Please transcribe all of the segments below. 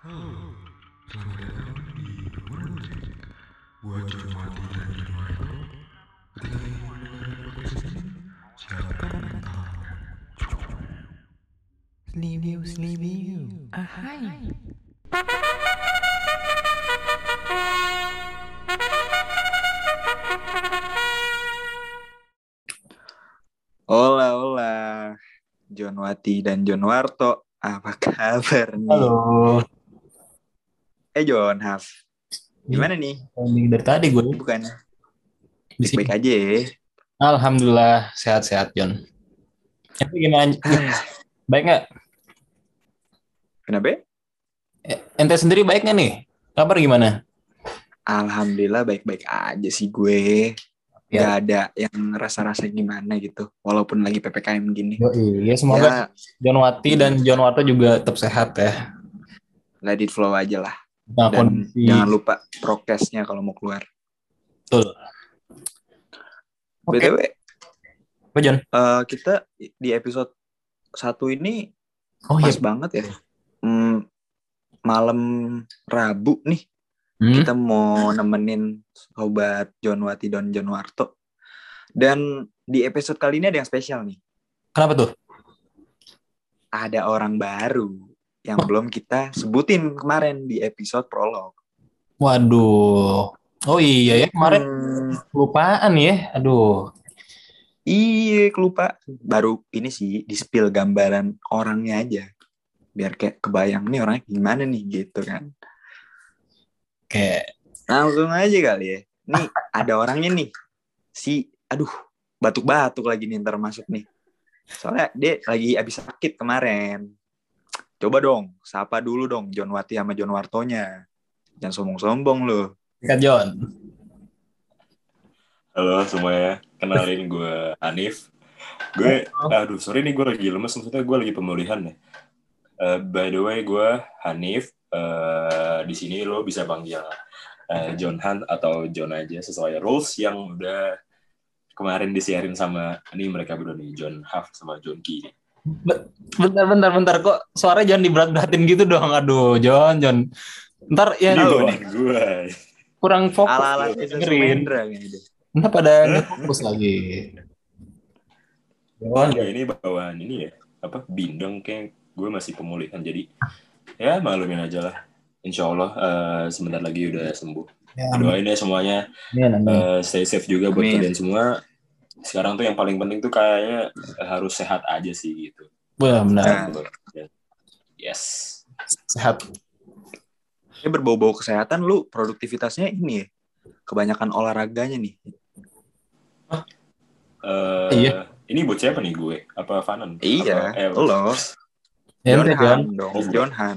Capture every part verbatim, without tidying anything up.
Halo, selamat datang di Rumah Musik. Buat John Mati dan John Warto, ketika ingin mendengarkan podcast ini, silakan menentang. Slibiu, slibiu, ahai. Hola, hola, John Wati dan John Warto, apa kabar nih? Halo. Eh John Haf, gimana nih? Ini dari tadi gue Bukan di sini. baik-baik aja ya? Alhamdulillah sehat-sehat John. Tapi gimana? Baik nggak? Kenapa? Eh, Ente sendiri baik nggak nih? Kabar gimana? Alhamdulillah baik-baik aja sih gue. Ya. Gak ada yang rasa-rasa gimana gitu, walaupun lagi P P K M gini. Iya, semoga Ya, John Wati dan John Warto juga tetap sehat ya. let it flow aja lah. Nah, Dan kondisi jangan lupa prokesnya kalau mau keluar. betul. Oke. B T W, Apa John? eh, kita di episode satu ini Oh pas iya. banget ya. Hmm, malam Rabu nih. Hmm? Kita mau nemenin sobat John Wati dan John Warto. Dan di episode kali ini ada yang spesial nih. Kenapa tuh? Ada orang baru yang Oh. belum kita sebutin kemarin di episode prolog. Waduh. Oh iya ya, kemarin Hmm, kelupaan ya. Aduh. iya, kelupa. Baru ini sih di-spill gambaran orangnya aja. Biar kayak kebayang nih orangnya gimana nih gitu kan. Kayak Langsung aja kali ya. Nih ada orangnya nih. Si, aduh, batuk-batuk lagi nih ntar masuk nih. Soalnya dia lagi abis sakit kemarin. Coba dong, sapa dulu dong John Wati sama John Wartonya. Jangan sombong-sombong loh. Kak John. Halo semuanya, kenalin gue Hanif. Gue, aduh sorry nih gue lagi lemes, maksudnya gue lagi pemulihan nih. Uh, by the way gue Hanif. Uh, di sini lo bisa panggil uh, John Han atau John aja sesuai rules yang udah kemarin disiarin sama ini mereka berdua nih, John Huff sama John Key. Bentar, bentar, bentar. Kok suaranya jangan diberat-beratin gitu dong. Aduh, John, John. Ntar ya Ini Halo, bawaan gue. kurang fokus. Ala-ala loh, Desa dengerin. Sumendra gitu. Ntar pada Hah? nggak fokus lagi. Oh, enggak, ini bawaan ini ya, apa, bindeng kayak gue masih pemulihan, jadi ya maklumin aja lah. Insya Allah uh, sebentar lagi udah sembuh. Ya, Doain ya semuanya. amin, amin. Uh, stay safe juga buat Amin. kalian semua. Sekarang tuh yang paling penting tuh kayaknya harus sehat aja sih gitu. Wah, benar. Nah. Yes. Sehat. Ini berbau-bau kesehatan, lu produktivitasnya ini ya. Kebanyakan olahraganya nih. Uh, Iya. Ini buat siapa nih gue? Apa Fanan? Iya, Apa, eh, lo. Ya, John ente, John. Han dong, John Han.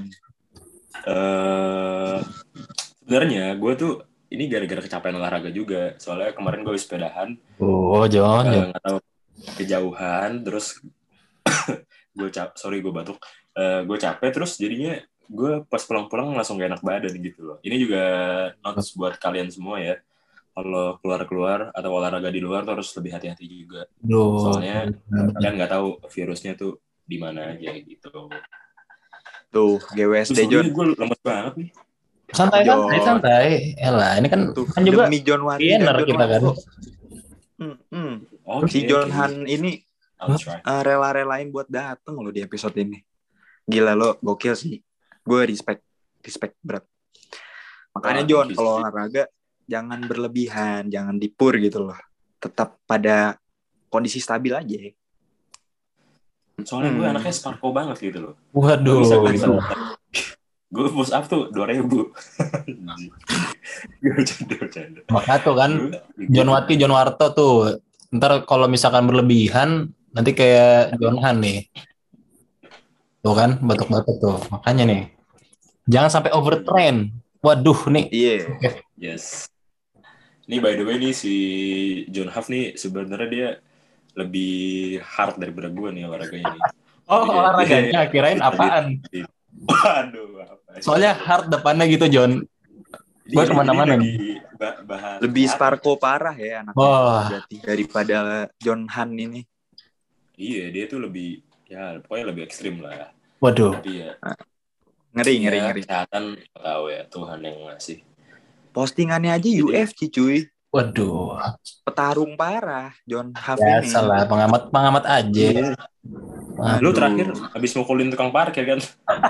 Uh, sebenarnya gue tuh ini gara-gara kecapean olahraga juga. Soalnya kemarin gue sepedahan. Oh, John, Uh, John. Nggak tahu kejauhan. Terus gue cap, sorry gue batuk. Uh, gue capek terus jadinya gue pas pulang-pulang langsung gak enak badan gitu loh. Ini juga notes buat kalian semua ya. Kalau keluar-keluar atau olahraga di luar tuh harus lebih hati-hati juga. Duh. Soalnya kan nggak tahu virusnya tuh di mana aja gitu. Tuh, G W S D Terus John. gue lemes banget nih. Santai, John. santai, santai. Elah, ini kan Tuh, kan juga demi John Wati dan winner John kita kan. Warto. Hmm, hmm. Oke, Si John oke. Han ini I'll try. uh, rela-relain buat dateng lo di episode ini. Gila lo, gokil sih. Gue respect, respect berat. Makanya Ah, John, thank you. kalau olahraga jangan berlebihan, jangan dipur gitu loh. Tetap pada kondisi stabil aja. Soalnya gue Hmm. anaknya Sparko banget gitu loh. Waduh. Gak bisa gue bisa. Gue push up tuh dua ribu. Gue bercanda, bercanda. Maka tuh kan Gue- John Wati, John Warto tuh. Ntar kalau misalkan berlebihan nanti kayak John Han nih. Tuh kan, batuk-batuk tuh. Makanya nih. Jangan sampai overtrain. Waduh nih. Iya. Yes. Ini by the way nih si John Huff nih sebenarnya dia lebih hard daripada gue nih olahraganya nih. Oh, Jadi dia- olahraganya dia- kirain apaan? Waduh, apa? Soalnya hard depannya gitu, John. Ini- gua ini- kemana-mana ini nih. lagi ba- bahas Lebih sehat. Sparko parah ya anaknya. Wah. Berarti daripada John Han ini. Iya, dia tuh lebih ya pokoknya lebih ekstrim lah. Waduh. Tapi ya Ngeri, ngeri, Ya, ngeri. kesehatan nggak tahu ya Tuhan yang ngasih. Postingannya aja Jadi- U F C cuy. Waduh, Petarung parah John Huff ya ini. salah pengamat pengamat aja. Iya. Pengamat. Lu Aduh. terakhir habis mukulin tukang parkir kan?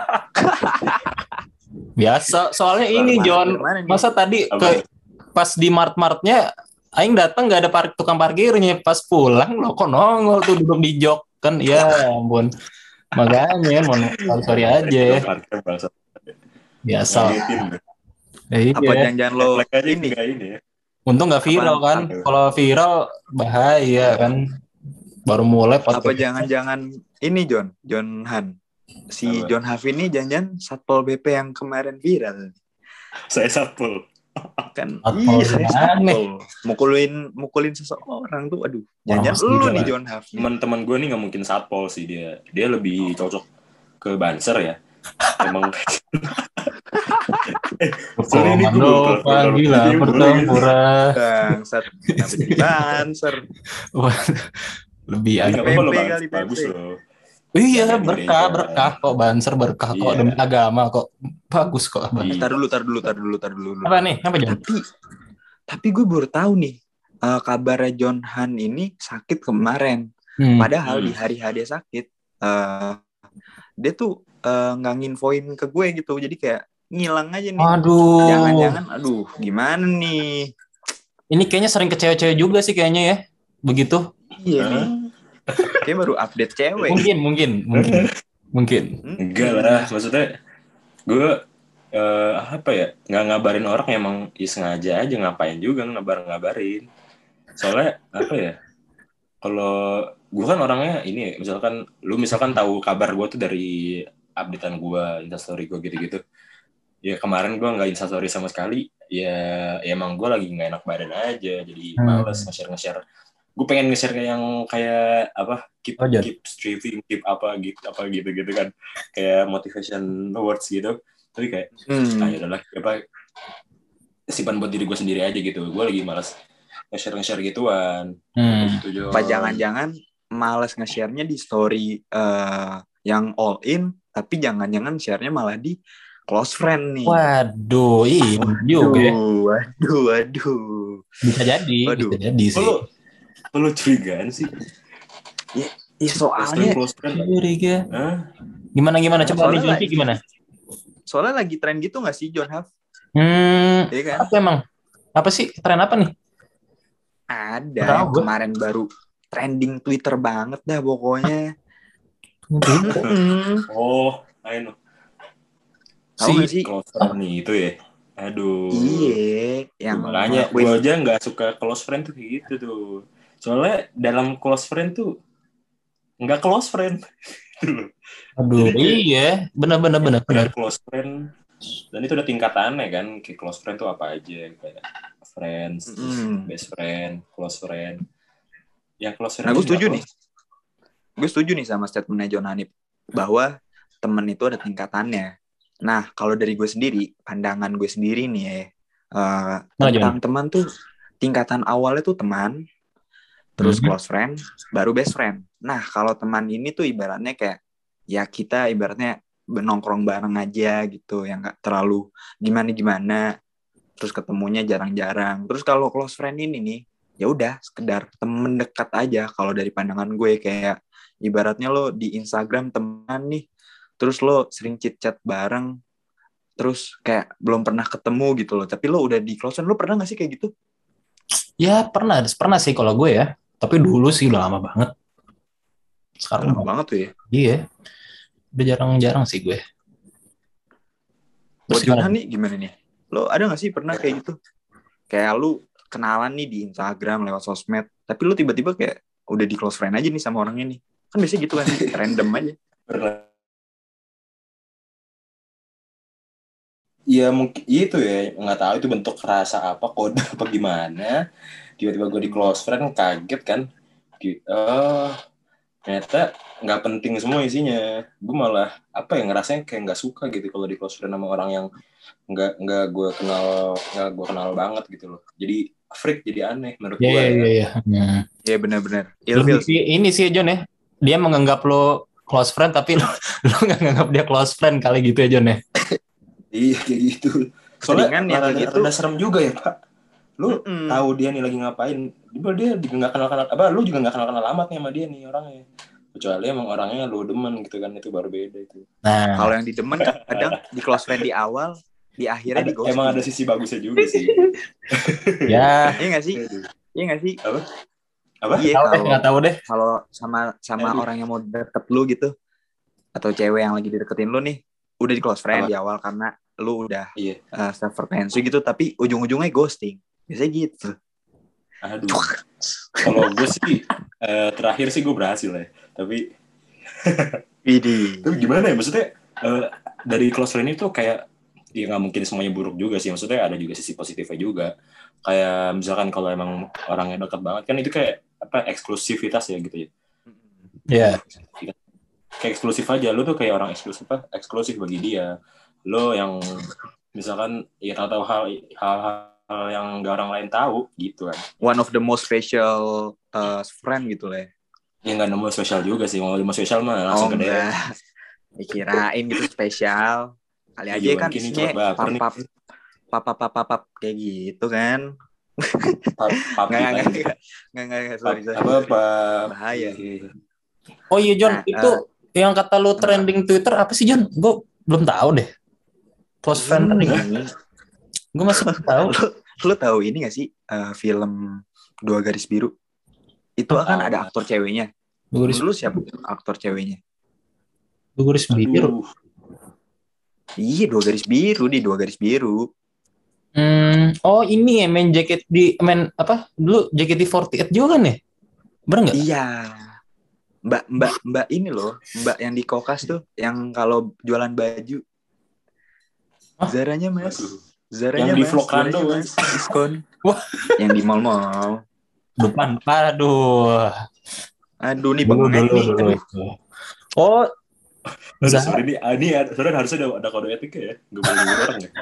Biasa, soalnya ini Parkir John, mana nih? masa tadi Apa? ke pas di mart-martnya Aing datang nggak ada park, tukang parkirnya, pas pulang lo kok nongol tuh duduk di jok kan, ya ampun, makanya mohon sorry, sorry aja, Tukang parkir bangsa. biasa. Ngagetin. Eh, Apa iya. jangan-jangan lo Refleks aja ini? enggak ini ya. Untung nggak viral Apaan? kan, Apa? kalau viral bahaya kan, baru mulai Apa podcast. jangan-jangan ini John, John Han. Si Apa? John Huff ini jangan-jangan Satpol B P yang kemarin viral. Saya satpol. Kan Satpol iya saya aneh. Satpol. Mukulin mukulin seseorang tuh aduh. Orang Jangan lu gila. nih John Huff. nih. Teman-teman gue nih nggak mungkin satpol sih dia. Dia lebih cocok ke banser ya. Emang. eh, sorry ini gue Komando belum panggilan keluar. pertempuran. Bangsat. Kenapa jadi banser? Wah, lebih Ini agak. nggak apa-apa loh, P P Bang. kali, P P. Bagus loh. Iya, Jangan berkah, gereja. berkah kok, banser berkah kok, Iya. demi agama kok. Bagus kok. Bang. Iya. Tar dulu, tar dulu, tar dulu, tar dulu. Apa nih? Apa John? Tapi tapi gue baru tahu nih eh, kabarnya John Han ini sakit kemarin. Hmm. Padahal Hmm. di hari H dia sakit, eh, dia tuh eh, nggak nginfoin ke gue gitu. Jadi kayak ngilang aja nih. Aduh. Jangan-jangan, aduh, gimana nih? Ini kayaknya sering ke cewek-cewek juga sih kayaknya ya. Begitu. Iya Hah? nih. Kayak baru update cewek. Mungkin, mungkin, mungkin. Mungkin. Hmm? Enggak lah, maksudnya gue eh, apa ya nggak ngabarin orang emang ya sengaja aja, ngapain juga ngabar-ngabarin. Soalnya apa ya, kalau gue kan orangnya ini ya, misalkan lu misalkan tahu kabar gue tuh dari updatean gue, instastory gue gitu-gitu. Ya kemarin gue nggak instastory sama sekali, ya, ya emang gue lagi nggak enak badan aja, jadi Hmm. males nge-share nge-share. Gue pengen nge-share kayak yang kayak apa keep Oh, Jon. keep striving, keep apa gitu apa gitu gitu kan, kayak motivation words gitu. Tapi kayak Hmm. ah ya udahlah apa simpan buat diri gue sendiri aja gitu. Gue lagi malas nge-share nge-share gituan. Hmm. Gitu Jo. Apa jangan-jangan males nge-share-nya di story eh, yang all in, tapi jangan-jangan share-nya malah di close friend nih. Waduh, iya juga. ya. Waduh, waduh, waduh. Bisa jadi, Waduh. bisa jadi sih. Lu lu curigaan sih. Ih, Close soalnya friend, close friend. Curiga. Hah? Gimana gimana coba nih Soalnya Jonti lagi- gimana? soalnya lagi tren gitu nggak sih John Huff? Hmm, Iya kan? apa emang? Apa sih tren apa nih? Ada Tahu yang gue. kemarin baru trending Twitter banget dah pokoknya. Gitu. Hmm. Oh, I know. Tahu Si nggak sih? Close friend nih itu ya. Aduh. Iya, yang Makanya gue ngelakuin- aja nggak suka close friend tuh kayak gitu tuh. Soalnya dalam close friend tuh nggak close friend. aduh, Jadi kayak- iya, benar benar benar benar. Kayak close friend. Dan itu udah tingkatannya kan. Kayak close friend tuh apa aja. Kayak friends, Mm. best friend, close friend. Yang close friend Nah, gue tuh setuju nggak nih. close. Gue setuju nih sama statementnya John Hanif bahwa temen itu ada tingkatannya. Nah, kalau dari gue sendiri, pandangan gue sendiri nih ya, eh, Nah, tentang teman tuh tingkatan awalnya tuh teman, terus Mhm. close friend, baru best friend. Nah, kalau teman ini tuh ibaratnya kayak ya kita ibaratnya nongkrong bareng aja gitu, yang nggak terlalu gimana-gimana. Terus ketemunya jarang-jarang. Terus kalau close friend ini nih, ya udah sekedar temen dekat aja. Kalau dari pandangan gue kayak ibaratnya lo di Instagram teman nih, terus lo sering chit chat bareng, terus kayak belum pernah ketemu gitu loh. Tapi lo udah di close friend, lo pernah nggak sih kayak gitu? Ya pernah, pernah sih kalau gue ya. Tapi dulu sih udah lama banget. Sekarang Lama banget tuh ya. iya, udah jarang-jarang sih gue. Buat Terus Jonan nih gimana nih? Lo ada gak sih pernah kayak gitu? Kayak lu kenalan nih di Instagram lewat sosmed, tapi lu tiba-tiba kayak udah di close friend aja nih sama orangnya nih. Kan biasanya gitu kan, random aja. Ya mungkin itu ya, nggak tahu itu bentuk rasa apa, kode apa gimana. Tiba-tiba gue di close friend kaget kan. Gi- Oh, ternyata nggak penting semua isinya. Gue malah apa ya ngerasanya kayak nggak suka gitu kalau di close friend sama orang yang nggak nggak gue kenal nggak gue kenal banget gitu loh. Jadi freak, jadi aneh menurut Iya gue. iya iya. iya. Hmm. Iya benar-benar. Lebih Ilfil sih. sih- ini sih John ya. Dia menganggap lo close friend tapi lu lu nggak nganggap dia close friend kali gitu ya John ya. Iya kayak gitu. Soalnya Seringan yang rada, kayak gitu. rada serem juga ya Pak. Lu Mm-mm. tahu dia nih lagi ngapain. Dia juga nggak kenal-kenal apa, lu juga nggak kenal-kenal amat nih sama dia nih orangnya. Kecuali emang orangnya lu demen gitu kan, itu baru beda itu. Nah, Kalau yang di demen kadang di close friend di awal, di akhirnya Ada, di ghosting. emang ada sisi bagusnya juga sih. ya Iya nggak sih? Iya nggak sih? Apa? Apa? Iya tahu deh kalau nggak tahu deh. kalau sama sama Aduh. orang yang mau deket lu gitu, atau cewek yang lagi dideketin lu nih, udah di close friend Apa? di awal karena lu udah Iya. uh, self frekuensi gitu, tapi ujung-ujungnya ghosting. Biasanya gitu. Aduh. Kalau gue sih eh, terakhir sih gue berhasil ya. Tapi Widih. tapi gimana ya, maksudnya eh, dari close friend itu kayak ya nggak mungkin semuanya buruk juga sih, maksudnya ada juga sisi positifnya juga. Kayak misalkan kalau emang orangnya dekat banget kan itu kayak apa eksklusivitas ya gitu ya. Ya. Kayak eksklusif aja, lu tuh kayak orang eksklusif apa eksklusif bagi dia. Lo yang misalkan ya tahu-tahu hal hal-hal yang gak orang lain tahu gitu kan. One of the most special uh, friend gitu lah. Ya nggak nemu spesial juga sih, mau nemu spesial mah langsung Oh ke D M. enggak. Dikirain gitu spesial. Kali aja Iya, kan mungkin ini isinya cepet baper nih. pap-pap pap-pap pap kayak gitu kan. Pap- pap- Enggak enggak gitu. enggak. Enggak enggak sorry Pap- sorry. apa apa Bahaya. Oh iya John, Nah, itu yang kata lu trending Twitter apa sih John? Gue belum tahu deh. Close friend tadi. Ini, Gue masih belum tahu. lu, lu tahu ini gak sih uh, film Dua Garis Biru? Itu Oh. akan ada aktor ceweknya. Dua garis, Dulu siapa aktor ceweknya? dua garis biru. Aduh. Iya, Dua Garis Biru di Dua Garis Biru. Hmm, oh ini ya main jaket di main apa? Dulu J K T empat delapan juga kan ya? Bener nggak? Iya. Mbak Mbak Mbak ini loh, Mbak yang di Kokas tuh, yang kalau jualan baju. Hah? Zaranya Mas. Aduh. Zaranya Yang di Mas. Vlog Zaranya Rando, Mas. Diskon. Wah. Yang di mall-mall. Depan. Aduh. Aduh nih Dulu bengek dulu nih. dulu. Aduh. Oh, Aduh, Zara. sorry nih, ah, ini ada- sorry harusnya ada, ada kode etik ya, nggak boleh nyebut orang ya.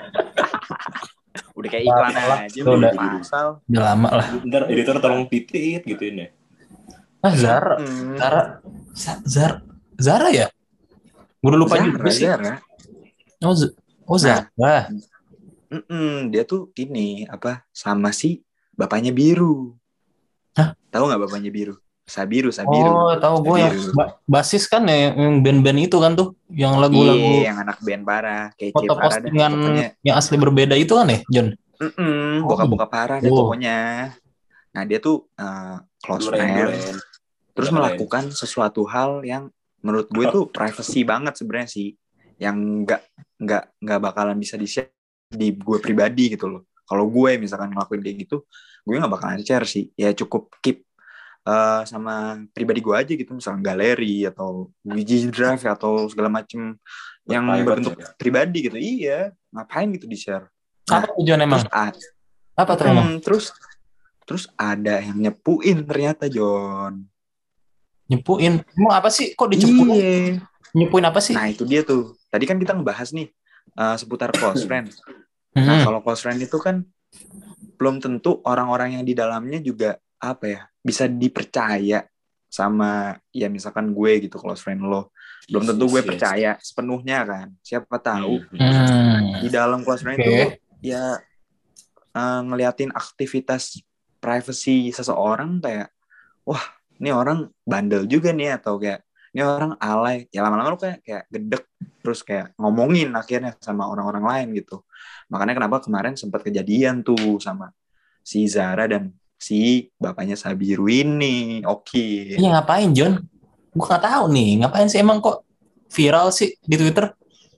Udah kayak iklan Salah. aja Udah. udah pasal. udah lama lah. Ntar editor tolong titit gituin ya. Ah Zara, Hmm. Zara, Za- Zara, Zara ya? Gue udah lupa Zara, juga sih. Zara. Oh, Z- oh Zara. Mm-mm, dia tuh ini apa sama si bapaknya Biru. Hah? Tahu nggak bapaknya Biru? Sabiru, Sabiru. Oh, tahu gue yang Sabiru. ba- basis kan ya, yang band-band itu kan tuh, yang lagu-lagu Iya, yang anak band parah, kece foto parah dah. postingan Pokoknya, yang asli berbeda itu kan ya, John? mm-mm, Oh. buka-buka parah deh Oh. pokoknya. Nah dia tuh uh, close Duren, friend, duren. terus Duren. melakukan sesuatu hal yang menurut gue tuh privacy banget sebenarnya sih, yang nggak nggak nggak bakalan bisa di share di gue pribadi gitu loh. Kalau gue misalkan ngelakuin kayak gitu, gue nggak bakalan share sih. Ya cukup keep uh, sama pribadi gue aja gitu, misalnya galeri atau Google Drive atau segala macem yang Private berbentuk ya. pribadi gitu. Iya, ngapain gitu di share? Apa tuh John emang? Terus, a- Apa tuh emang? Hmm, terus terus ada yang nyepuin ternyata John. Nyepuin? Emang apa sih? Kok dicepuin? Iya. Nyepuin apa sih? Nah itu dia tuh. Tadi kan kita ngebahas nih uh, seputar close friend. Nah Hmm. kalau close friend itu kan belum tentu orang-orang yang di dalamnya juga apa ya bisa dipercaya sama ya misalkan gue gitu close friend lo. Belum tentu gue Yes, yes. percaya sepenuhnya kan. Siapa tahu Hmm. di dalam close friend Oke. itu ya uh, ngeliatin aktivitas privacy seseorang kayak wah ini orang bandel juga nih atau kayak ini orang alay ya lama-lama lu kayak kayak gedek terus kayak ngomongin akhirnya sama orang-orang lain gitu. Makanya kenapa kemarin sempat kejadian tuh sama si Zara dan si bapaknya Sabiru ini. Oke. Iya ngapain John? Gue nggak tahu nih. Ngapain sih emang kok viral sih di Twitter?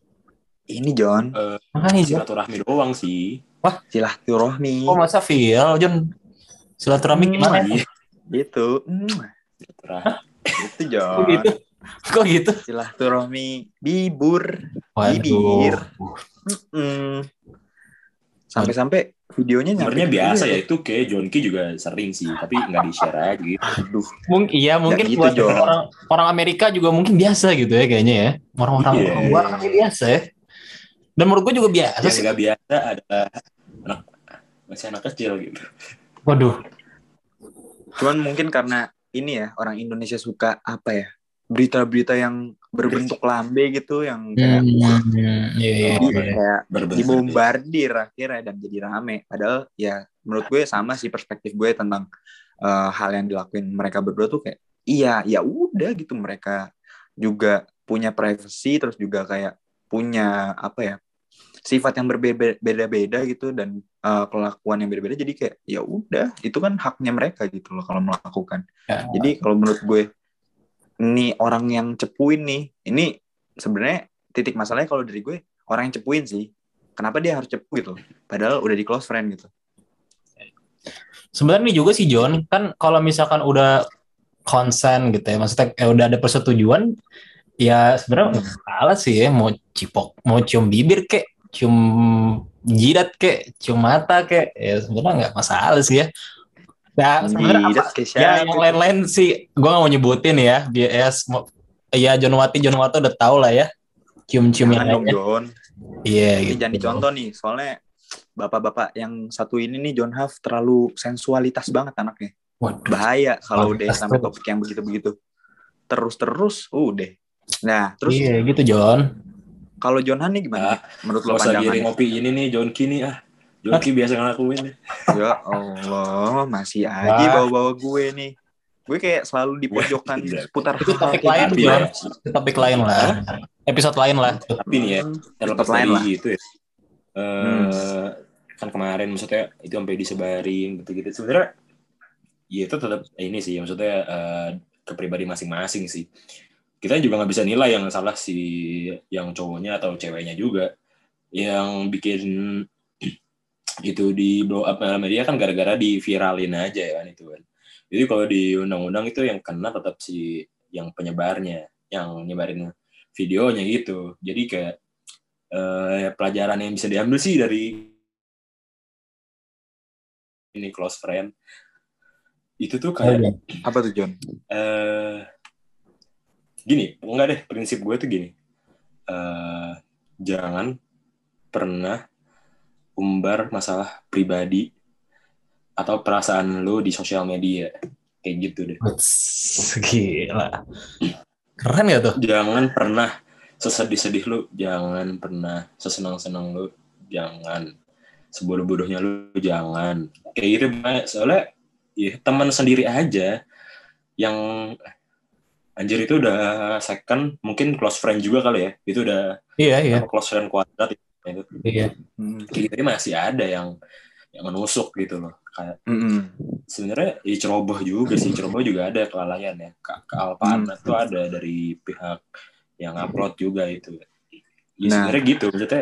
Ini John Eh, Makanya John. silaturahmi doang sih. silaturahmi Kok masa viral John? Silaturahmi Hmm, gimana? iya. gitu. Hmm, Silaturahmi. itu Kok John. gitu? Kok gitu? Silaturahmi bibur. Waduh. Bibir. Mm. Sampai-sampai videonya nyampe Sebenarnya ke biasa dia. ya, itu kayak Jonki juga sering sih, tapi nggak di share aja gitu. Aduh. Mungkin iya mungkin gitu, buat John. orang orang Amerika juga mungkin biasa gitu ya kayaknya ya. Orang-orang Iya. orang luar kan biasa ya. Dan menurut gue juga biasa Yang sih. nggak biasa adalah anak masih anak kecil gitu. Waduh. Cuman mungkin karena ini ya orang Indonesia suka apa ya berita-berita yang berbentuk lambe gitu yang kayak Hmm, iya, iya, jadi iya. kayak Berbentuk. dibombardir akhirnya dan jadi rame. Padahal ya menurut gue sama sih perspektif gue tentang uh, hal yang dilakuin mereka berdua tuh kayak iya ya udah gitu, mereka juga punya privacy, terus juga kayak punya apa ya, sifat yang berbeda-beda gitu dan uh, kelakuan yang beda-beda, jadi kayak ya udah itu kan haknya mereka gitu loh kalau melakukan. Ya. Jadi kalau menurut gue ini orang yang cepuin nih, ini sebenarnya titik masalahnya kalau dari gue orang yang cepuin sih. Kenapa dia harus cepu gitu? Padahal udah di close friend gitu. Sebenarnya juga sih John, kan kalau misalkan udah konsen gitu ya, maksudnya eh, udah ada persetujuan, ya sebenarnya nggak salah sih ya, mau cipok, mau cium bibir kek, cium jidat kek, cium mata kek, ya sebenarnya nggak masalah sih ya. Ya sebenarnya apa? Jidat kayak Ya siapa yang itu? lain-lain sih, gue nggak mau nyebutin ya, bias, ya John Wati, John Wati udah tau lah ya, cium-cium yang Jangan dong lainnya. John. Iya Ini gitu. jangan dicontoh nih, soalnya bapak-bapak yang satu ini nih John Huff terlalu sensualitas banget anaknya. Waduh. Bahaya kalau udah Sensualitas sampai tuh. topik yang begitu-begitu. Terus-terus udah. Nah, terus Iya gitu John. kalau John Han nih gimana? Ah, Menurut lo Gak usah pandangannya? giring ngopi ini nih Jonki nih ah. Jonki biasa ngelakuin nih. Ya Allah, masih aja Wah. bawa-bawa gue nih. Gue kayak selalu di pojokan Tidak. seputar Itu hal-hal topik kayak lain gitu. John. ya. Itu topik lain lah. Episode lain lah. Tapi nih ya, terlepas Tempat lain dari lah. itu ya. Eh, kan kemarin maksudnya itu sampai disebarin gitu-gitu. Sebenarnya ya itu tetap ini sih maksudnya eh, ke pribadi masing-masing sih. Kita juga nggak bisa nilai yang salah si yang cowoknya atau ceweknya juga. Yang bikin itu di blow up media kan gara-gara di viralin aja ya kan itu kan. Jadi kalau di undang-undang itu yang kena tetap si yang penyebarnya, yang nyebarin videonya gitu. Jadi kayak eh, pelajaran yang bisa diambil sih dari ini close friend itu tuh kayak Apa tuh John? eh, gini, enggak deh, prinsip gue tuh gini, eh, jangan pernah umbar masalah pribadi atau perasaan lo di sosial media kayak gitu deh. Gila. Keren ya tuh? Jangan pernah sesedih-sedih lo, jangan pernah sesenang-senang lo, jangan sebodoh-bodohnya lo, jangan kayak gitu. Soalnya ya teman sendiri aja yang anjir itu udah second, mungkin close friend juga kali ya, itu udah Iya iya. close friend kuadrat itu. Iya. Kayak gitu masih ada yang yang menusuk gitu loh. Kayak Mm-mm. sebenarnya ya ceroboh juga sih, ceroboh juga ada kelalaian ya. Ke, ke Alpaan Hmm. itu ada dari pihak yang upload juga itu. Ya Nah. sebenarnya gitu, maksudnya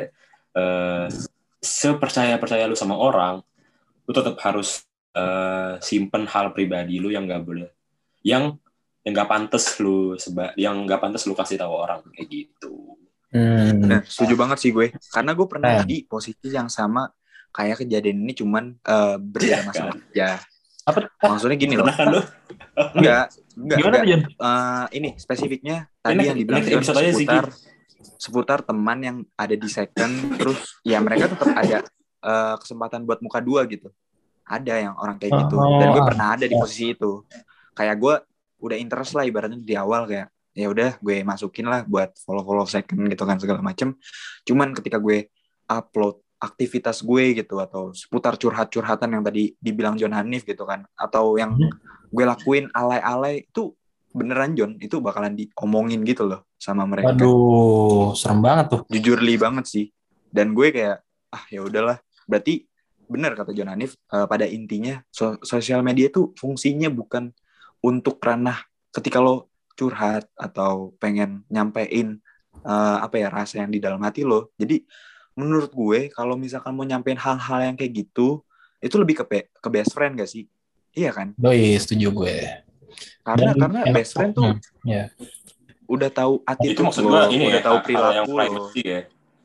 eh, sepercaya-percaya lu sama orang, lu tetap harus eh, simpen hal pribadi lu yang nggak boleh, yang yang nggak pantas lu seba, yang nggak pantas lu kasih tahu orang kayak gitu. Hmm. Nah, setuju banget sih gue. Karena gue pernah Keren. di posisi yang sama kayak kejadian ini, cuman uh, berbeda Iya, masa kan? aja. Apa? Maksudnya gini loh. Pernah kan lu? Enggak, enggak, Gimana enggak. tuh John? Uh, ini spesifiknya tadi Next- yang dibilang next John episode aja, seputar seputar teman yang ada di second, terus ya mereka tetap ada uh, kesempatan buat muka dua gitu. Ada yang orang kayak gitu. Dan gue pernah ada di posisi itu. Kayak gue udah interest lah ibaratnya di awal, kayak ya udah gue masukin lah buat follow-follow second gitu kan segala macem. Cuman ketika gue upload aktivitas gue gitu atau seputar curhat-curhatan yang tadi dibilang John Hanif gitu kan, atau yang gue lakuin alay-alay, itu beneran John, itu bakalan diomongin gitu loh sama mereka. Aduh, serem banget tuh. Jujur li banget sih. Dan gue kayak ah ya udahlah. Berarti bener kata John Hanif, uh, pada intinya so- sosial media tuh fungsinya bukan untuk ranah ketika lo curhat atau pengen nyampein uh, apa ya rasa yang di dalam hati lo. Jadi menurut gue kalau misalkan mau nyampein hal-hal yang kayak gitu, itu lebih ke pe- ke best friend gak sih? Iya kan? Doi, setuju gue. Karena Dan karena enak best friend tuh Hmm, ya. udah tahu Itu attitude maksud lo, gue ini udah ya, tahu hal yang perilaku lo. privacy ya.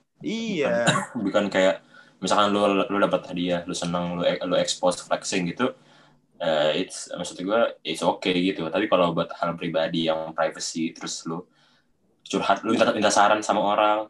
Iya. Bukan kayak misalkan lu lu dapat hadiah, lu senang, lu lu expose flexing gitu. Uh, it's maksud gue it's okay gitu. Tapi kalau buat hal pribadi yang privacy, terus lu curhat, lu minta, minta saran sama orang.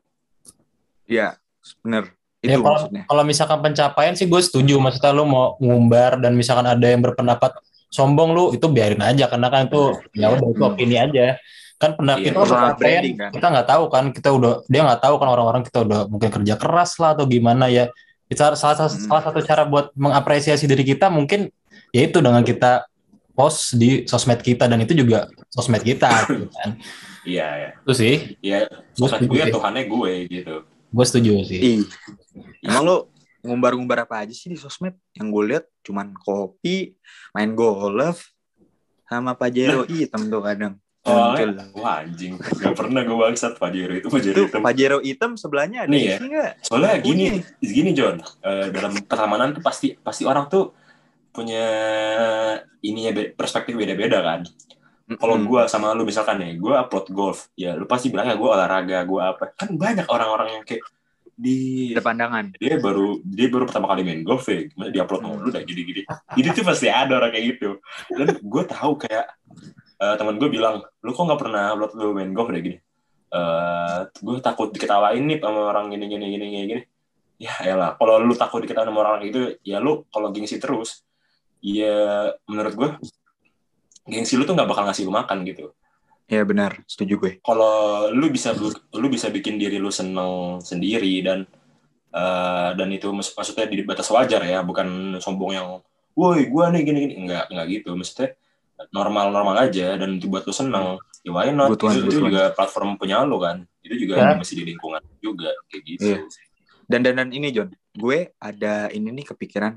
Iya, bener. Ya, Itu kalau, maksudnya. kalau misalkan pencapaian sih gue setuju. Maksudnya lu mau ngumbar dan misalkan ada yang berpendapat sombong, lu itu biarin aja karena kan itu ya udah itu Hmm. opini aja. kan pernah Iya, kita kan personal pencapaian, branding kan. kita nggak tahu kan, kita udah dia nggak tahu kan orang-orang kita udah mungkin kerja keras lah atau gimana ya. Kita salah satu Hmm. salah satu cara buat mengapresiasi diri kita mungkin yaitu dengan kita post di sosmed kita, dan itu juga sosmed kita gitu kan. Iya, ya. Itu sih Iya, Gue sosmed setuju gue sih. Tuhannya gue gitu. gue setuju sih. Ih, emang lo ngumbar-ngumbar apa aja sih di sosmed? Yang gue lihat cuman kopi, main golf, sama Pajero hitam tuh kadang. Muncul. Soalnya, wah anjing, gak pernah gue bangsat Pajero itu Pajero Itu hitam. Pajero hitam sebelahnya ada Nih ya. isi nggak? Soalnya Punya. gini, gini John, eh, dalam pertemanan tuh pasti pasti orang tuh punya ininya be- perspektif beda-beda kan. Kalau Mm-mm. gue sama lu misalkan nih, gue upload golf, ya lu pasti bilang ya gue olahraga, gue apa. Kan banyak orang-orang yang kayak di ada pandangan. dia baru dia baru pertama kali main golf ya, gimana dia upload mulu dah gini-gini. Jadi tuh pasti ada orang kayak gitu. Dan gue tahu kayak eh, teman gue bilang, lu kok nggak pernah upload lu main golf deh gini. Eh, gue takut diketawain nih sama orang gini gini gini gini. gini. Ya elah, kalau lu takut diketawain sama orang gitu, ya lu kalau gengsi terus, ya menurut gue gengsi lu tuh nggak bakal ngasih lu makan gitu. Ya benar, setuju gue. Kalau lu bisa lu bisa bikin diri lu seneng sendiri dan uh, dan itu mak- maksudnya di batas wajar ya, bukan sombong yang woi gua nih gini gini, enggak enggak gitu, maksudnya normal-normal aja dan itu buat lu seneng, ya why not. Kebutuhan, itu, itu kebutuhan. juga platform punya lu kan, itu juga Ya. masih di lingkungan juga kayak gitu. Iya. Dan dan dan ini John, gue ada ini nih kepikiran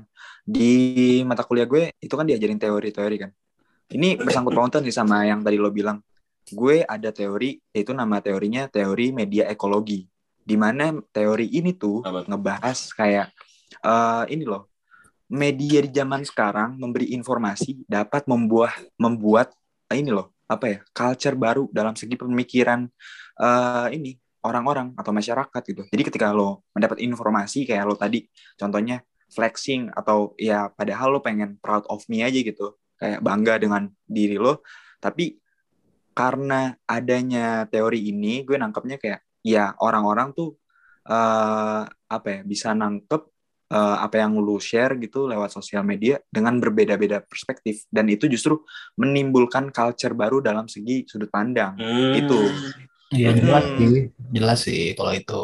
di mata kuliah gue itu kan diajarin teori-teori kan. Ini bersangkut pautan sih sama yang tadi lo bilang. Gue ada teori, yaitu nama teorinya teori media ekologi. Di mana teori ini tuh Apa? ngebahas kayak eh, ini loh, media di zaman sekarang memberi informasi dapat membuat membuat eh, ini loh apa ya culture baru dalam segi pemikiran eh, ini orang-orang atau masyarakat gitu. Jadi ketika lo mendapat informasi kayak lo tadi contohnya flexing atau ya padahal lo pengen proud of me aja gitu, kayak bangga dengan diri lo, tapi karena adanya teori ini gue nangkepnya kayak ya orang-orang tuh eh, apa ya bisa nangkep eh, apa yang lu share gitu lewat sosial media dengan berbeda-beda perspektif, dan itu justru menimbulkan culture baru dalam segi sudut pandang. Hmm. Itu Iya Hmm. jelas sih, jelas sih kalau itu.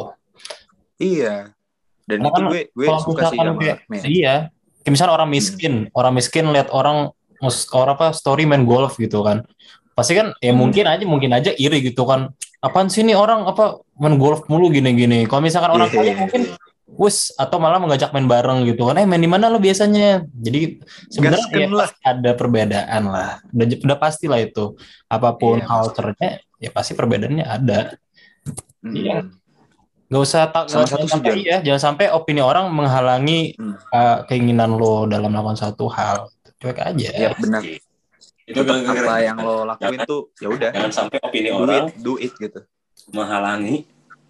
iya, dan Karena itu kan gue gue kalau suka sih misalkan sama kayak men. iya, kayak misalnya orang miskin, orang miskin lihat orang nge- orang apa story main golf gitu kan, pasti kan ya Hmm. mungkin aja mungkin aja iri gitu kan, apaan sih nih orang apa main golf mulu gini-gini. Kalau misalkan orang Iya. kaya mungkin wus atau malah mengajak main bareng gitu kan, eh main di mana lo biasanya. Jadi sebenarnya Gasken ya lah. pasti ada perbedaan lah, udah udah pasti lah itu, apapun Iya, culture-nya ya pasti perbedaannya ada. Hmm. Iya. Gak usah tak Sama jangan satu sih, sampai Jon. iya, jangan sampai opini orang menghalangi Hmm. uh, keinginan lo dalam melakukan satu hal. Cuek aja. Iya benar. Itu Tetap gara-gara- apa yang lo lakuin jangan, tuh ya udah jangan sampai opini do orang it, do it gitu. menghalangi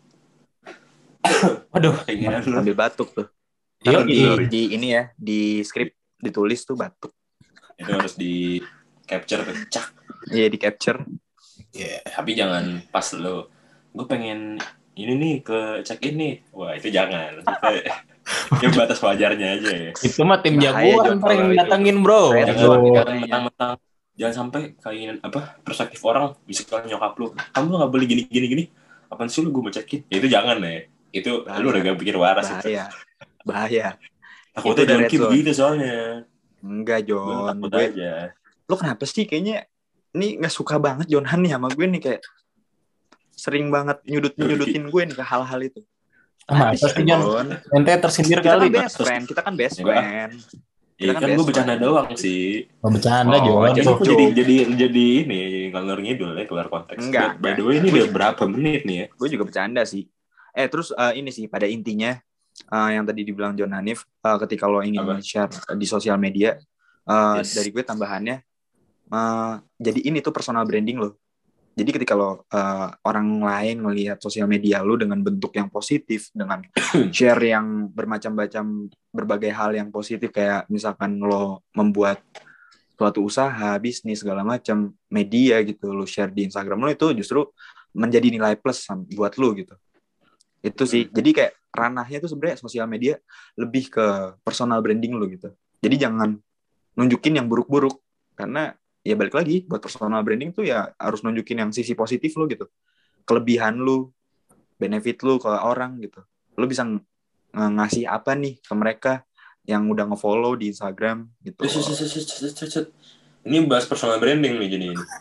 Waduh. keinginan lu. Sambil batuk tuh. Iya, Ntar di, iya. di ini ya di skrip ditulis tuh batuk. Itu harus di capture tuh, cak. Iya di capture. Ya, tapi jangan pas lo, gue pengen ini nih ke check in nih, wah itu jangan. Ya batas wajarnya aja ya. Itu mah tim Bahaya, jagoan Jon, ntar yang kalau itu. datengin bro. Keren, Jangan Jon. Waduh. Jangan. mentang-mentang, jangan sampai keinginan apa perspektif orang misalkan nyokap lu, kamu nggak boleh gini gini gini, apaan sih lu gue mau check in? Ya itu jangan ya. Itu Bahaya. lu udah gak pikir waras itu. Bahaya. Bahaya. Takutnya Itu John udah Ki red zone. begitu soalnya. Enggak Gue Jon. takut Gue aja. lo kenapa sih kayaknya ini nggak suka banget Jonan nih sama gue nih, kayak sering banget nyudut nyudutin gue nih ke hal-hal itu. Masa sih Jon? Jon? Ente tersindir Kita kali. kan best friend, kita kan best Enggak. friend. Iya kan kan gue best bercanda friend. doang sih. Mau bercanda Oh, Jon. jadi Jadi Joke. jadi jadi jadi ini ngalor ngidul ya keluar konteks. Enggak, By the enggak. way ini udah berapa menit nih ya? Gue juga bercanda sih. Eh terus eh, ini sih pada intinya eh, yang tadi dibilang John Hanif, eh, ketika lo ingin Apa? share di sosial media, eh, Yes. dari gue tambahannya, eh, jadi ini tuh personal branding lo. Jadi ketika lo eh, orang lain melihat sosial media lo dengan bentuk yang positif, dengan share yang bermacam-macam berbagai hal yang positif, kayak misalkan lo membuat suatu usaha, bisnis segala macam media gitu, lo share di Instagram lo, itu justru menjadi nilai plus sam- buat lo gitu. Itu sih. Hmm. Jadi kayak ranahnya tuh sebenarnya sosial media lebih ke personal branding lo gitu. Jadi jangan nunjukin yang buruk-buruk, karena ya balik lagi buat personal branding tuh ya harus nunjukin yang sisi positif lo gitu, kelebihan lu, benefit lu ke orang gitu. Lu bisa ng- ngasih apa nih ke mereka yang udah nge-follow di Instagram gitu. Cet, cet, cet, cet, cet, cet. Ini bahas personal branding nih jadi ini.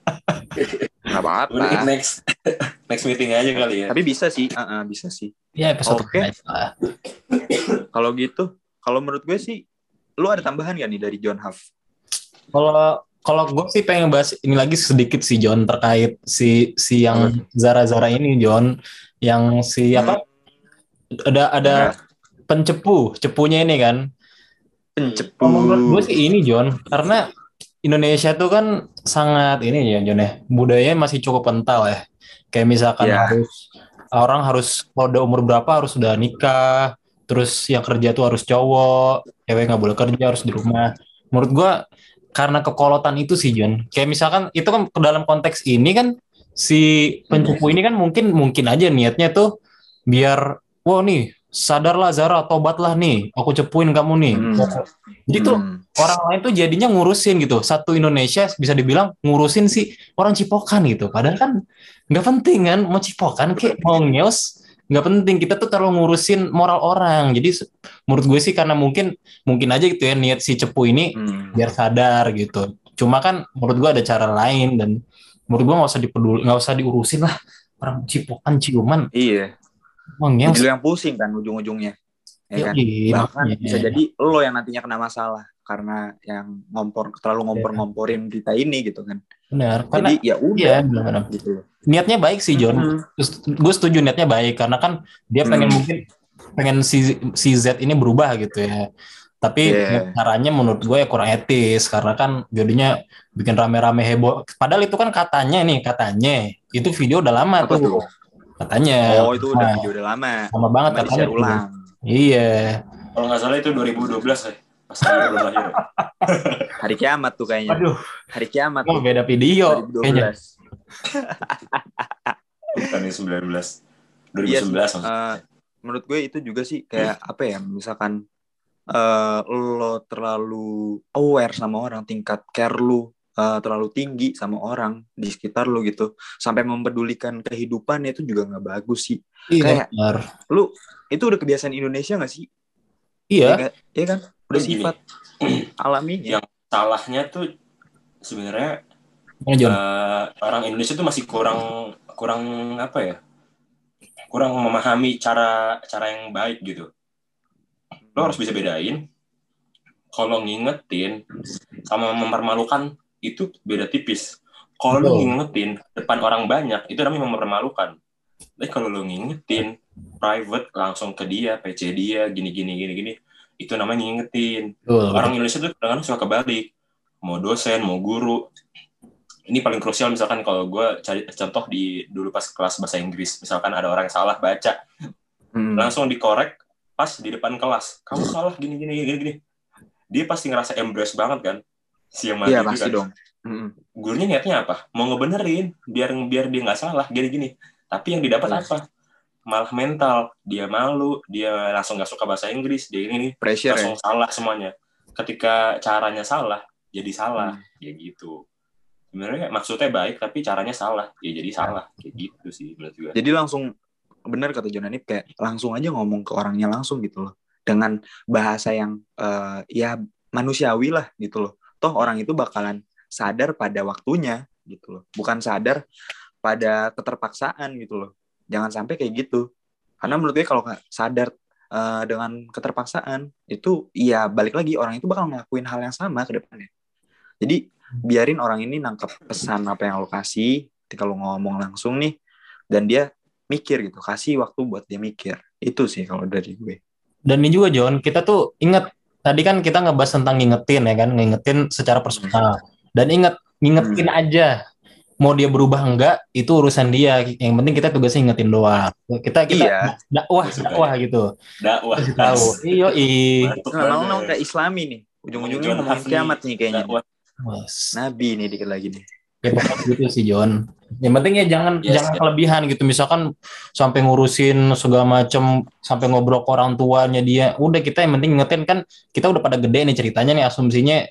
Nggak apa-apa. Mending next next meeting aja kali ya. Tapi bisa sih, uh-uh, bisa sih. Ya episode Oke. aja lah. Kalau gitu, kalau menurut gue sih, lu ada tambahan gak nih dari John Huff? Kalau kalau gue sih pengen bahas ini lagi sedikit sih John terkait si si yang Zara Zara ini John, yang si apa? Ada ada pencepu, cepunya ini kan. Pencepu. Kalau menurut gue sih ini John, karena Indonesia tuh kan sangat ini ya John ya, budayanya masih cukup kental ya. Kayak misalkan Ya. harus orang harus kalau udah umur berapa harus sudah nikah, terus yang kerja tuh harus cowok, cewek nggak boleh kerja harus di rumah. Menurut gue karena kekolotan itu sih John. Kayak misalkan itu kan ke dalam konteks ini kan si pencepu ini kan mungkin mungkin aja niatnya tuh biar wah nih sadarlah Zara, tobatlah nih, aku cepuin kamu nih. Hmm. Jadi tuh Hmm. orang lain tuh jadinya ngurusin gitu. Satu Indonesia bisa dibilang ngurusin si orang Cipokan gitu. Padahal kan nggak penting kan, mau Cipokan kayak mau ngeos nggak penting. Kita tuh terlalu ngurusin moral orang. Jadi se- menurut gue sih karena mungkin mungkin aja gitu ya niat si cepu ini Hmm. biar sadar gitu. Cuma kan menurut gue ada cara lain dan menurut gue nggak usah dipeduli, nggak usah diurusin lah orang Cipokan ciuman. Iya. Mau ngeos. Jadi lu yang pusing kan ujung-ujungnya. Ya kan? Yoi, Bahkan makanya. bisa jadi lo yang nantinya kena masalah karena yang ngompor terlalu ngompor-ngomporin berita ini gitu kan. Benar. Karena Jadi ya udah iya benar. gitu loh. Niatnya baik sih John. Hmm. Terus gue setuju niatnya baik karena kan dia pengen Hmm. mungkin pengen si si Z ini berubah gitu ya. Tapi Yeah. caranya menurut gue ya kurang etis karena kan jadinya bikin rame-rame heboh. Padahal itu kan katanya nih katanya itu video udah lama Apa tuh. tuh? Katanya. Oh, itu udah Nah, video udah lama. lama banget Cuma katanya. di-share tuh. ulang. Iya. Kalau nggak salah itu dua ribu dua belas ya. Pas dia belum lahir. Hari kiamat tuh kayaknya. Aduh, Hari kiamat oh, tuh. beda video dua ribu dua kayaknya. belas. Bukan ini sembilan belas. Iya sih, dua ribu sebelas maksudnya. eh, menurut gue itu juga sih kayak apa ya, misalkan eh, lo terlalu aware sama orang, tingkat care lu eh, terlalu tinggi sama orang di sekitar lu gitu, sampai mempedulikan kehidupan itu juga nggak bagus sih. Iya, Kayak benar. lu itu udah kebiasaan Indonesia nggak sih? Iya. Iya, iya kan? Udah Gini. sifat alaminya. Yang salahnya tuh sebenarnya Mana, John? eh, orang Indonesia tuh masih kurang kurang apa ya? Kurang memahami cara cara yang baik gitu. Lo harus bisa bedain kalau ngingetin sama mempermalukan itu beda tipis. Kalau lo Betul. ngingetin depan orang banyak itu namanya mempermalukan. Tapi kalau lo ngingetin private langsung ke dia, P C dia, gini gini gini gini, itu namanya ngingetin. Betul, Orang betul. Indonesia tuh kadang-kadang suka kebalik. Mau dosen, mau guru. Ini paling krusial misalkan kalau gue cari contoh di dulu pas kelas bahasa Inggris, misalkan ada orang yang salah baca, Hmm. langsung dikorek pas di depan kelas. Kamu salah gini gini gini gini. Dia pasti ngerasa embrace banget kan, si yang mati Iya itu pasti kan. dong. Hmm. Gurunya niatnya apa? Mau ngebenerin biar biar dia nggak salah gini gini. Tapi yang didapat Iya. apa? Malah mental. Dia malu, dia langsung nggak suka bahasa Inggris, dia ini Pressure ya. langsung salah semuanya. Ketika caranya salah, jadi salah, ya gitu. Sebenarnya maksudnya baik, tapi caranya salah, ya jadi salah, kayak gitu sih menurut gue. Jadi langsung benar kata John Hanif, kayak langsung aja ngomong ke orangnya langsung gitu loh, dengan bahasa yang eh, ya manusiawi lah gitu loh. Toh orang itu bakalan sadar pada waktunya gitu loh, bukan sadar pada keterpaksaan gitu loh. Jangan sampai kayak gitu, karena menurut gue kalau nggak sadar eh, dengan keterpaksaan itu ya balik lagi orang itu bakal ngelakuin hal yang sama ke depannya. Jadi biarin orang ini nangkep pesan apa yang lo kasih ketika lo ngomong langsung nih, dan dia mikir gitu, kasih waktu buat dia mikir. Itu sih kalau dari gue. Dan ini juga John, kita tuh ingat tadi kan kita ngebahas tentang ngingetin ya kan, ngingetin secara personal. Dan ingat ngingetin aja, mau dia berubah enggak itu urusan dia. Yang penting kita tugasnya ngingetin doang. Kita kita Iya. dakwah Gue suka dakwah gitu. Dakwah. Kasih tahu. Iyo i. Mantap Nah, banget. mau kayak Islami nih, ujung-ujungnya John ngomongin Huff nih, kiamat nih kayaknya. dakwah. Wes. Nabi nih dikit lagi nih. Ya pokoknya gitu sih John. Yang penting ya jangan Yes, jangan yes. kelebihan gitu. Misalkan sampai ngurusin segala macem, sampai ngobrol ke orang tuanya dia. Udah kita yang penting ngingetin kan kita udah pada gede nih ceritanya nih asumsinya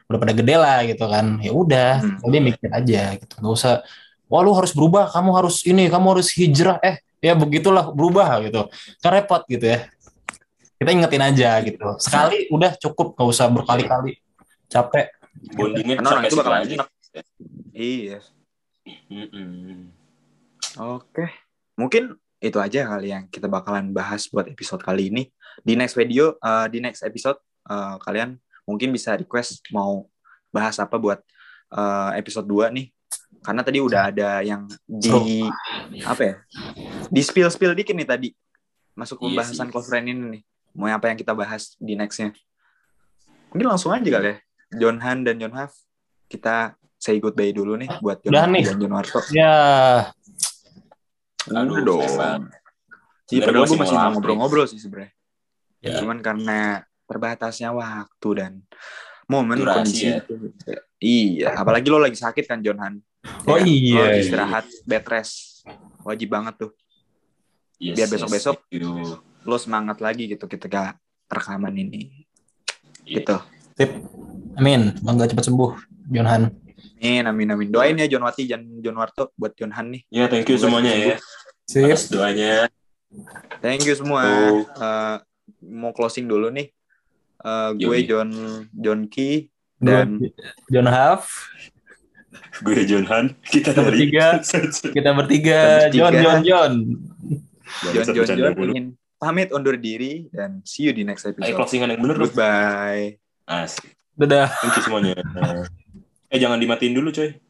udah pada gede lah gitu kan. Ya udah, Hmm. dia mikir aja gitu. Nggak usah, wah lu harus berubah, kamu harus ini, kamu harus hijrah. Eh, ya begitulah berubah gitu. Kan repot gitu ya. Kita ingetin aja gitu. Sekali udah cukup, nggak usah berkali-kali. Capek. Bondingnya Karena orang sampai itu situ bakal aja. enak. Iya. Mm-mm. Oke. Mungkin itu aja kali yang kita bakalan bahas buat episode kali ini. Di next video, eh, di next episode, eh, kalian mungkin bisa request mau bahas apa buat eh, episode dua nih. Karena tadi udah ada yang di apa ya? Di spill-spill dikit nih tadi. Masuk Iya pembahasan sih. close friend ini nih. Mau apa yang kita bahas di nextnya? Mungkin langsung aja kali ya. John Han dan John Haf, kita say goodbye dulu nih buat John Udah Han nih. dan John Warto. Ya, Udah Aduh, dong. memang. Iya, Sebenarnya padahal masih gue masih mau mau lapri. ngobrol-ngobrol sih sebenarnya. Ya. Cuman karena terbatasnya waktu dan momen Durasi kondisi ya. itu. Iya, apalagi lo lagi sakit kan John Han. Oh kan? iya, Lo harus iya. istirahat, bed rest. Wajib banget tuh. Yes, Biar yes, besok-besok thank you. lo semangat lagi gitu ketika rekaman ini. Iya. Gitu. Sip. Amin. Semoga cepat sembuh, John Han. Amin, amin, amin. Doain ya John Wati dan John Warto buat John Han nih. Ya, thank you Semoga semuanya sembuh. ya. Sip. Atas doanya. Thank you semua. Oh. Eh, mau closing dulu nih. Eh, gue Yoi. John John Ki dan John Haf. Gue John Han. Kita Kita dari bertiga. Kita bertiga. Kita bertiga. John, John, John. John John Bercanda John mulu. ingin pamit undur diri dan see you di next Ayo episode. closingan yang bener dong. Goodbye. Asik. Dadah. Thank you semuanya. Eh jangan dimatiin dulu coy.